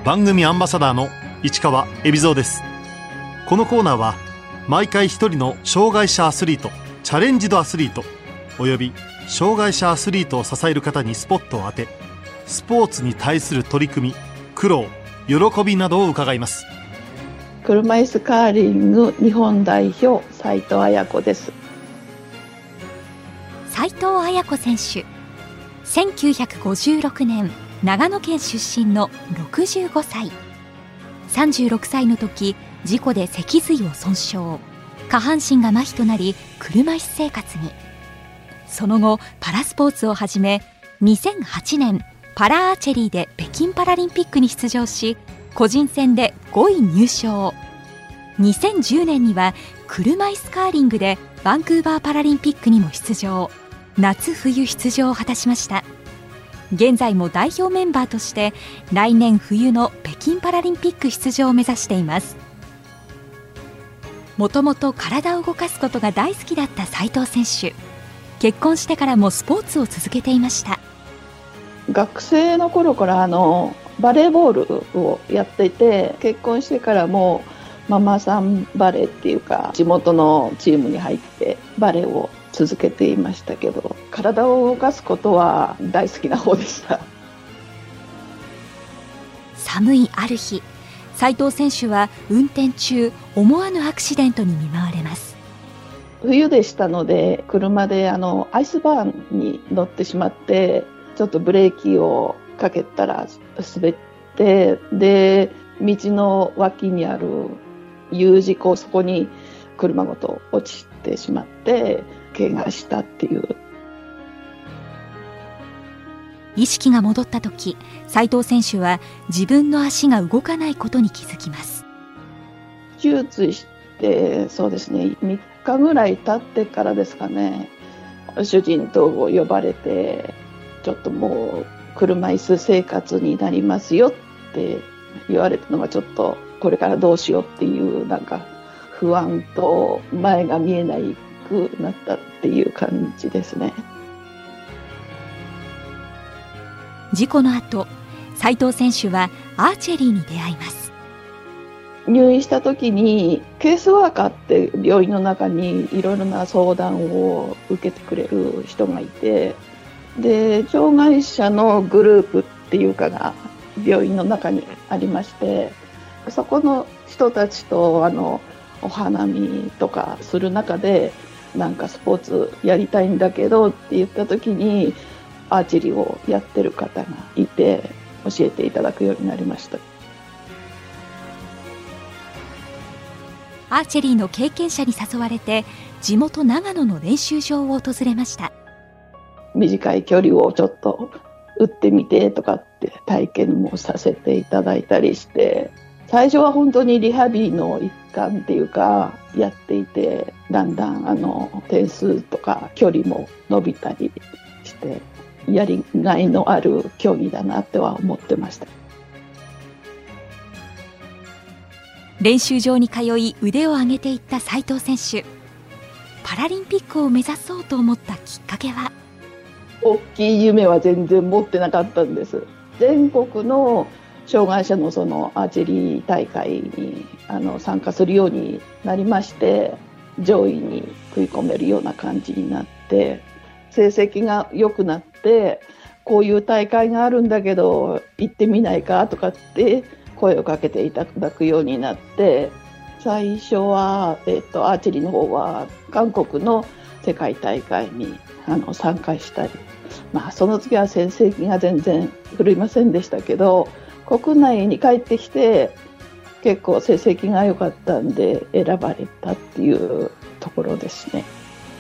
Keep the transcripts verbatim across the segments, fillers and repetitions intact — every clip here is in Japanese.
番組アンバサダーの市川海老蔵です。このコーナーは毎回一人の障害者アスリート、チャレンジドアスリートおよび障害者アスリートを支える方にスポットを当て、スポーツに対する取り組み、苦労、喜びなどを伺います。 車椅子カーリング日本代表斉藤綾子です。 斉藤綾子選手、せんきゅうひゃくごじゅうろくねん長野県出身のろくじゅうごさい。さんじゅうろくさいの時、事故で脊髄を損傷、下半身が麻痺となり車椅子生活に。その後パラスポーツを始め、にせんはちねんパラアーチェリーで北京パラリンピックに出場し、個人戦でごい入賞。にせんじゅうねんには車椅子カーリングでバンクーバーパラリンピックにも出場、夏冬出場を果たしました。現在も代表メンバーとして来年冬の北京パラリンピック出場を目指しています。もともと体を動かすことが大好きだった斉藤選手、結婚してからもスポーツを続けていました。 学生の頃からあのバレーボールをやっていて、結婚してからもママさんバレーっていうか地元のチームに入ってバレーを続けていましたけど、体を動かすことは大好きな方でした。 寒いある日、斉藤選手は運転中思わぬアクシデントに見舞われます。 冬でしたので、車であのアイスバーンに乗ってしまって、ちょっとブレーキをかけたら滑って、で道の脇にある U 字工、そこに車ごと落ちてしまって怪我したっていう。 意識が戻った時、斉藤選手は自分の足が動かないことに気づきます。 手術してそうですね、みっかぐらい経ってからですかね、主人と呼ばれて、ちょっともう車椅子生活になりますよって言われたのが、ちょっとこれからどうしようっていうなんか不安と前が見えないくなったっていう感じですね。 事故の後、斉藤選手はアーチェリーに出会います。 入院した時にケースワーカーって病院の中にいろいろな相談を受けてくれる人がいて、で障害者のグループっていうかが病院の中にありまして、そこの人たちとあのお花見とかする中で、なんかスポーツやりたいんだけどって言った時に、アーチェリーをやってる方がいて教えていただくようになりました。 アーチェリーの経験者に誘われて、地元長野の練習場を訪れました。 短い距離をちょっと打ってみてとかって体験もさせていただいたりして、最初は本当にリハビリの一環っていうかやっていて、だんだんあの点数とか距離も伸びたりして、やりがいのある競技だなっては思ってました。 練習場に通い腕を上げていった斉藤選手、パラリンピックを目指そうと思ったきっかけは？ 大きい夢は全然持ってなかったんです。全国の障害者のそのアーチェリー大会にあの参加するようになりまして、上位に食い込めるような感じになって、成績が良くなって、こういう大会があるんだけど行ってみないかとかって声をかけていただくようになって、最初は、えっと、アーチェリーの方は韓国の世界大会にあの参加したり、まあ、その次は成績が全然振るいませんでしたけど、国内に帰ってきて結構成績が良かったんで選ばれたっていうところですね。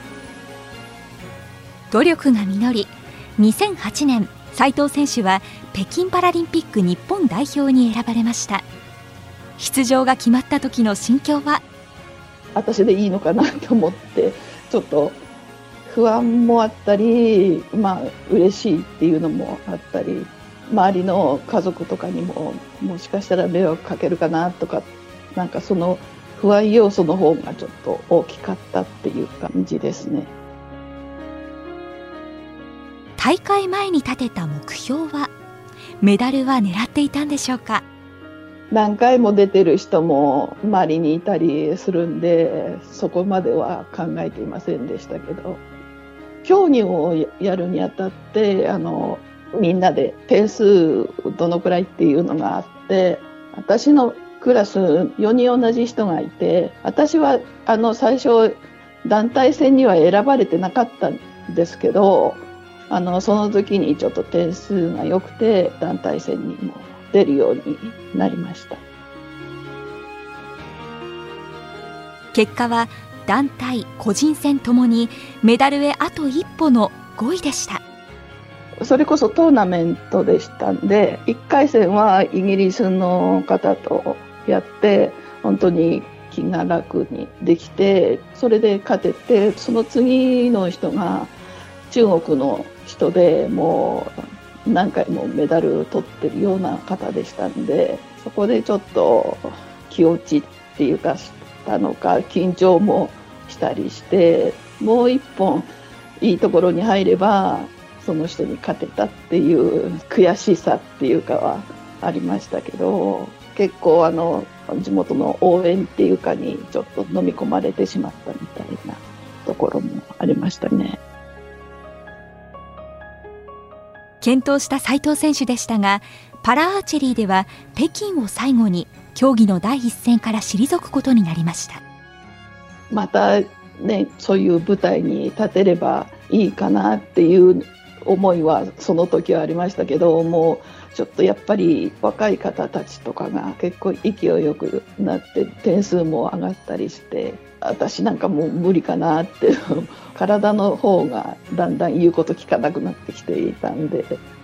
努力が実り、にせんはちねん斉藤選手は北京パラリンピック日本代表に選ばれました。出場が決まった時の心境は？ 私でいいのかなと思って、ちょっと不安もあったり、まあ嬉しいっていうのもあったり、周りの家族とかにももしかしたら迷惑かけるかなとか、なんかその不安要素の方がちょっと大きかったっていう感じですね。 大会前に立てた目標は？メダルは狙っていたんでしょうか？ 何回も出てる人も周りにいたりするんで、そこまでは考えていませんでしたけど、競技をやるにあたってあのみんなで点数どのくらいっていうのがあって、私のクラスよにん同じ人がいて、私はあの最初団体戦には選ばれてなかったんですけど、あのその時にちょっと点数が良くて団体戦にも出るようになりました。 結果は団体個人戦ともにメダルへあと一歩のごいでした。 それこそトーナメントでしたんで、いっかい戦はイギリスの方とやって本当に気が楽にできて、それで勝てて、その次の人が中国の人でもう何回もメダル取ってるような方でしたんで、そこでちょっと気落ちっていうかしたのか、緊張もしたりして、もう一本いいところに入ればその人に勝てたっていう悔しさっていうかはありましたけど、結構あの地元の応援っていうかにちょっと飲み込まれてしまったみたいなところもありましたね。 健闘した斉藤選手でしたが、パラアーチェリーでは北京を最後に競技の第一線から退くことになりました。 またね、そういう舞台に立てればいいかなっていう思いはその時はありましたけど、もうちょっとやっぱり若い方たちとかが結構勢いよくなって点数も上がったりして、私なんかもう無理かなって体の方がだんだん言うこと聞かなくなってきていたんで。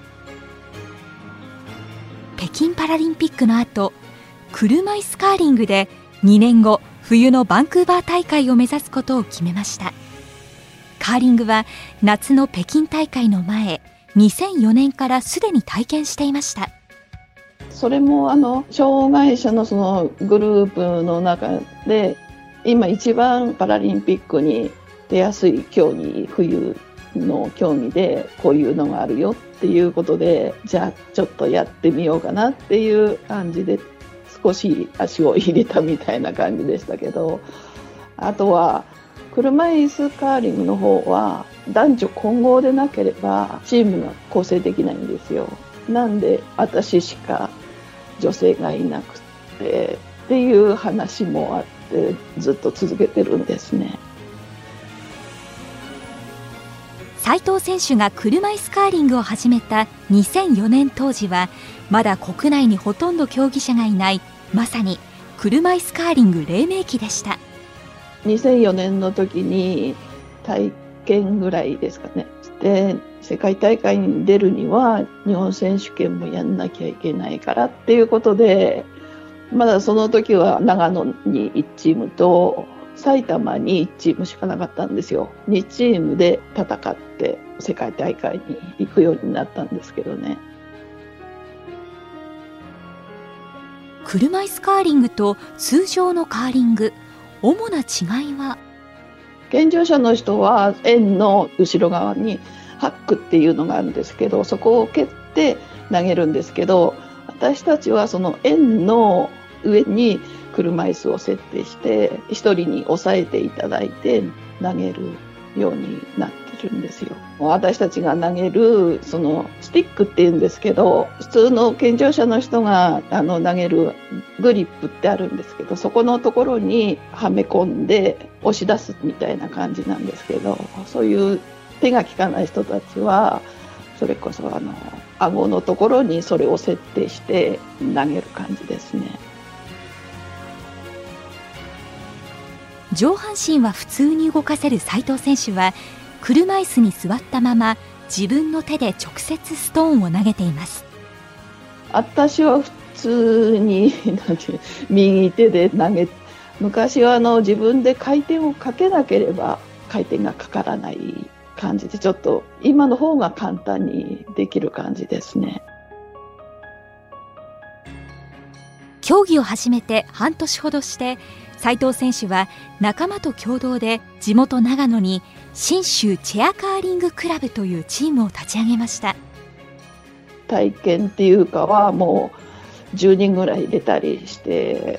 北京パラリンピックの後、車いすカーリングでにねんご冬のバンクーバー大会を目指すことを決めました。カーリングは夏の北京大会の前、にせんよねんからすでに体験していました。 それもあの障害者のそのグループの中で今一番パラリンピックに出やすい競技、冬の競技でこういうのがあるよっていうことで、じゃあちょっとやってみようかなっていう感じで少し足を入れたみたいな感じでしたけど、あとは車椅子カーリングの方は男女混合でなければチームが構成できないんですよ。なんで私しか女性がいなくてっていう話もあってずっと続けてるんですね。 斉藤選手が車椅子カーリングを始めたにせんよねん当時はまだ国内にほとんど競技者がいない、まさに車椅子カーリング黎明期でした。 にせんよねんの時に体験ぐらいですかね。で、世界大会に出るには日本選手権もやんなきゃいけないからっていうことで、まだその時は長野にいちチームと埼玉にいちチームしかなかったんですよ。にチームで戦って世界大会に行くようになったんですけどね。 車椅子カーリングと通常のカーリング、主な違いは？ 健常者の人は円の後ろ側にハックっていうのがあるんですけど、そこを蹴って投げるんですけど、私たちはその円の上に車椅子を設定して一人に押さえていただいて投げるようになってるんですよ。私たちが投げるそのスティックっていうんですけど、普通の健常者の人があの投げるグリップってあるんですけど、そこのところにはめ込んで押し出すみたいな感じなんですけど、そういう手が利かない人たちはそれこそあの顎のところにそれを設定して投げる感じですね。 上半身は普通に動かせる斉藤選手は車椅子に座ったまま自分の手で直接ストーンを投げています。 私は普通になんて右手で投げ、昔はあの自分で回転をかけなければ回転がかからない感じで、ちょっと今の方が簡単にできる感じですね。 競技を始めて半年ほどして斉藤選手は仲間と共同で地元長野に信州チェアカーリングクラブというチームを立ち上げました。 体験っていうかはもじゅうにんぐらい出たりして、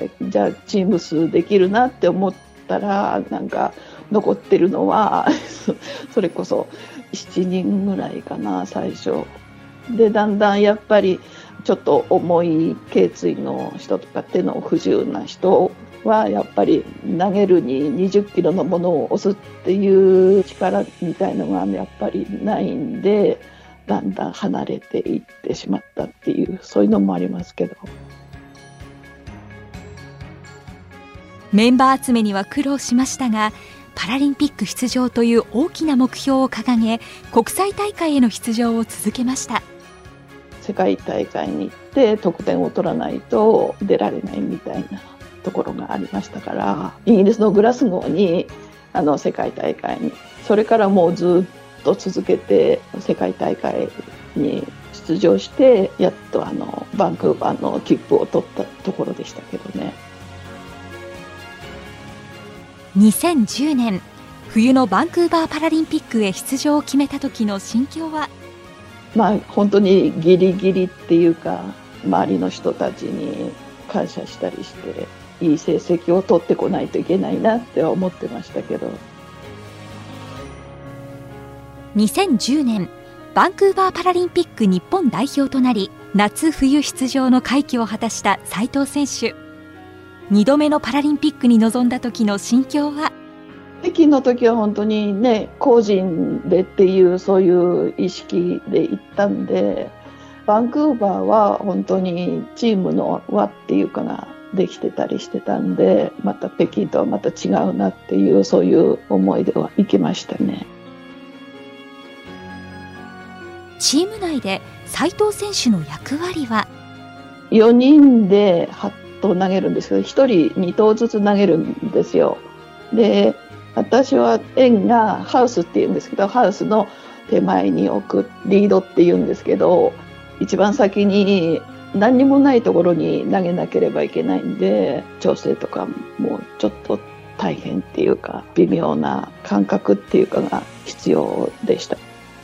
じゃあチーム数できるなって思ったら、なんか残ってるのはそれこそしちにんぐらいかな、最初で。だんだんやっぱりちょっと重い頸椎の人とか手の不自由な人はやっぱり投げるににじゅっキロのものを押すっていう力みたいのがやっぱりないんで、だんだん離れていってしまったっていう、そういうのもありますけど。 メンバー集めには苦労しましたが、パラリンピック出場という大きな目標を掲げ、国際大会への出場を続けました。 世界大会に行って得点を取らないと出られないみたいなところがありましたから、イギリスのグラスゴーにあの世界大会に、それからもうずっと続けて世界大会に出場して、やっとあのバンクーバーの切符を取ったところでしたけどね。 にせんじゅうねん、冬のバンクーバーパラリンピックへ出場を決めた時の心境は？ まあ本当にギリギリっていうか、周りの人たちに感謝したりして、いい成績を取ってこないといけないなって思ってましたけど。 にせんじゅうねん、バンクーバーパラリンピック日本代表となり、夏冬出場の快挙を果たした斉藤選手。にどめのパラリンピックに臨んだ時の心境は？ 北京の時は本当にね、個人でっていうそういう意識で行ったんで、バンクーバーは本当にチームの輪っていうかができてたりしてたんで、また北京とはまた違うなっていう、そういう思いでは行きましたね。 チーム内で斉藤選手の役割は？ よにんではち投げるんですけど、ひとりに投ずつ投げるんですよ。で、私は円がハウスっていうんですけど、ハウスの手前に置くリードっていうんですけど、一番先に何にもないところに投げなければいけないんで、調整とかもちょっと大変っていうか、微妙な感覚っていうかが必要でした。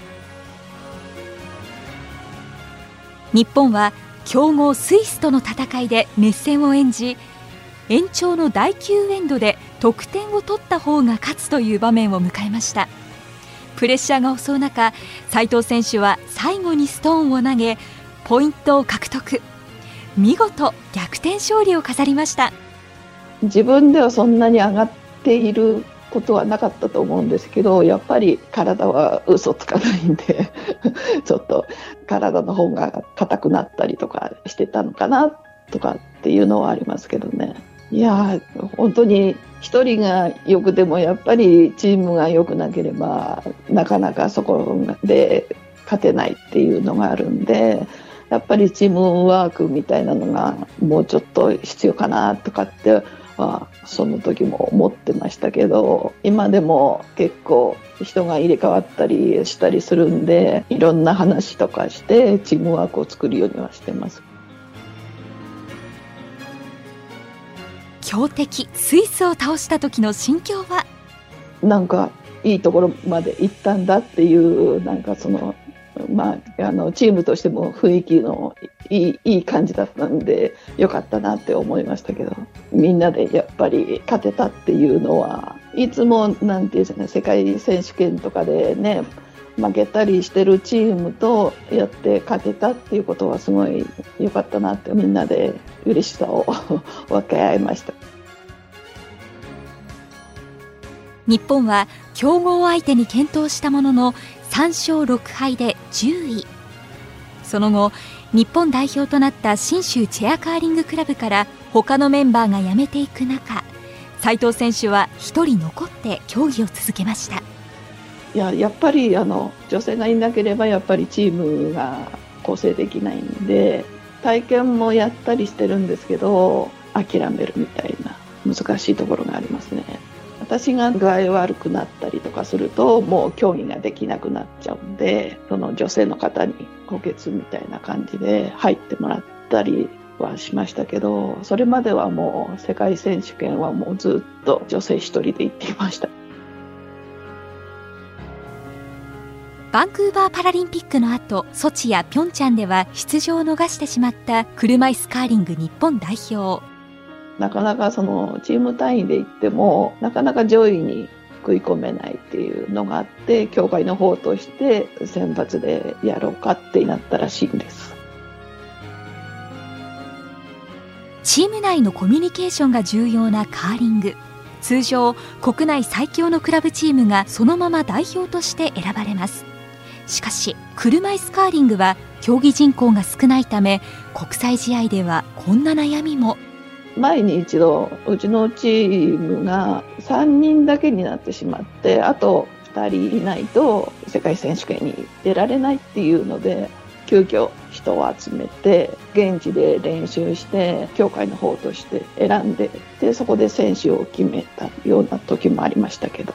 日本は強豪スイスとの戦いで熱戦を演じ、延長のだいきゅうエンドで得点を取った方が勝つという場面を迎えました。プレッシャーが襲う中、斉藤選手は最後にストーンを投げ、ポイントを獲得。見事逆転勝利を飾りました。 自分ではそんなに上がっていることはなかったと思うんですけど、やっぱり体は嘘つかないんでちょっと体の方が硬くなったりとかしてたのかなとかっていうのはありますけどね。いや本当に一人が良くてもやっぱりチームが良くなければなかなかそこで勝てないっていうのがあるんで、やっぱりチームワークみたいなのがもうちょっと必要かなとかってはその時も思ってましたけど、今でも結構人が入れ替わったりしたりするんで、いろんな話とかしてチームワークを作るようにはしてます。 強敵スイスを倒した時の心境は？ なんかいいところまで行ったんだっていう、なんかそのまあ、あのチームとしても雰囲気のいい、いい感じだったんでよかったなって思いましたけど、みんなでやっぱり勝てたっていうのはいつもなんていうんですかね、世界選手権とかでね負けたりしてるチームとやって勝てたっていうことはすごい良かったなって、みんなで嬉しさを分け合いました。 日本は強豪相手に健闘したもののさんしょうろくはいでじゅうい。その後日本代表となった信州チェアカーリングクラブから他のメンバーが辞めていく中、斉藤選手は一人残って競技を続けました。 いや、やっぱりあの女性がいなければやっぱりチームが構成できないんで、体験もやったりしてるんですけど諦めるみたいな難しいところがありますね。私が具合悪くなったりとかするともう競技ができなくなっちゃうんで、その女性の方に補欠みたいな感じで入ってもらったりはしましたけど、それまではもう世界選手権はもうずっと女性一人で行っていました。 バンクーバーパラリンピックの後、ソチやピョンチャンでは出場を逃してしまった車椅子カーリング日本代表。 なかなかそのチーム単位で行ってもなかなか上位に食い込めないっていうのがあって、協会の方として選抜でやろうかってなったらしいんです。 チーム内のコミュニケーションが重要なカーリング。通常国内最強のクラブチームがそのまま代表として選ばれます。しかし車椅子カーリングは競技人口が少ないため、国際試合ではこんな悩みも。 前に一度うちのチームがさんにんだけになってしまって、あとふたりいないと世界選手権に出られないっていうので、急遽人を集めて現地で練習して協会の方として選んで、でそこで選手を決めたような時もありましたけど。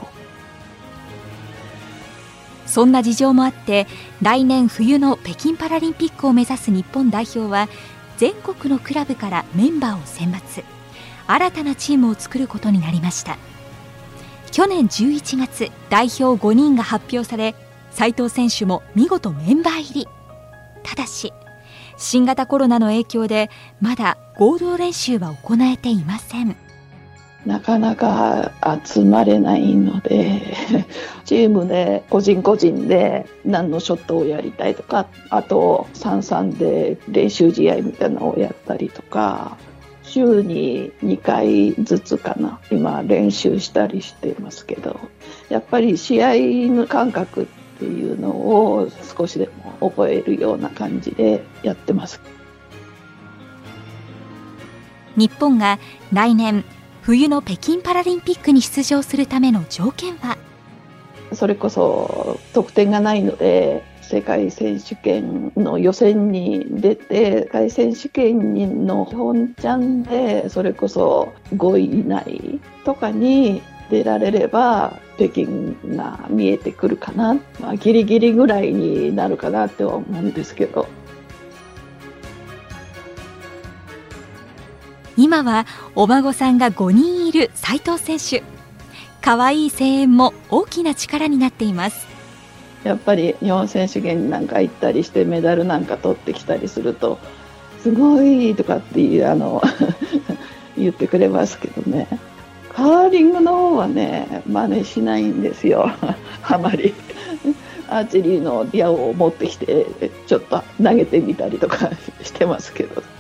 そんな事情もあって、来年冬の北京パラリンピックを目指す日本代表は全国のクラブからメンバーを選抜、新たなチームを作ることになりました。去年じゅういちがつ、代表ごにんが発表され、斉藤選手も見事メンバー入り。ただし新型コロナの影響でまだ合同練習は行えていません。 なかなか集まれないのでチームで個人個人で何のショットをやりたいとか、あとさんさんで練習試合みたいなのをやったりとか、週ににかいずつかな、今練習したりしていますけど、やっぱり試合の感覚っていうのを少しでも覚えるような感じでやってます。 日本が来年冬の北京パラリンピックに出場するための条件は、 それこそ得点がないので世界選手権の予選に出て、世界選手権の本チャンでそれこそごい以内とかに出られれば北京が見えてくるかな、まあ、ギリギリぐらいになるかなって思うんですけど。 今はお孫さんがごにんいる斉藤選手。可愛い声援も大きな力になっています。 やっぱり日本選手権なんか行ったりしてメダルなんか取ってきたりすると、すごいとかっていうあの言ってくれますけどね。カーリングの方はね、真似しないんですよあまり。アーチェリーの矢を持ってきてちょっと投げてみたりとかしてますけど。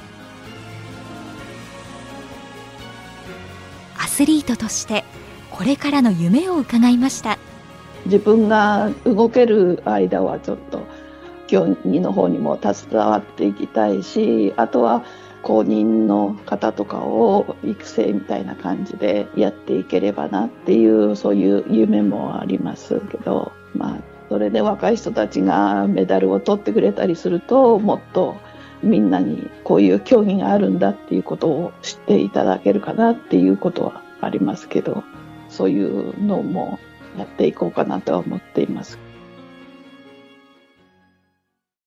アスリートとしてこれからの夢を伺いました。 自分が動ける間はちょっと競技の方にも携わっていきたいし、あとは公認の方とかを育成みたいな感じでやっていければなっていう、そういう夢もありますけど、まあそれで若い人たちがメダルを取ってくれたりすると、もっとみんなにこういう競技があるんだっていうことを知っていただけるかなっていうことはありますけど、そういうのもやっていこうかなとは思っています。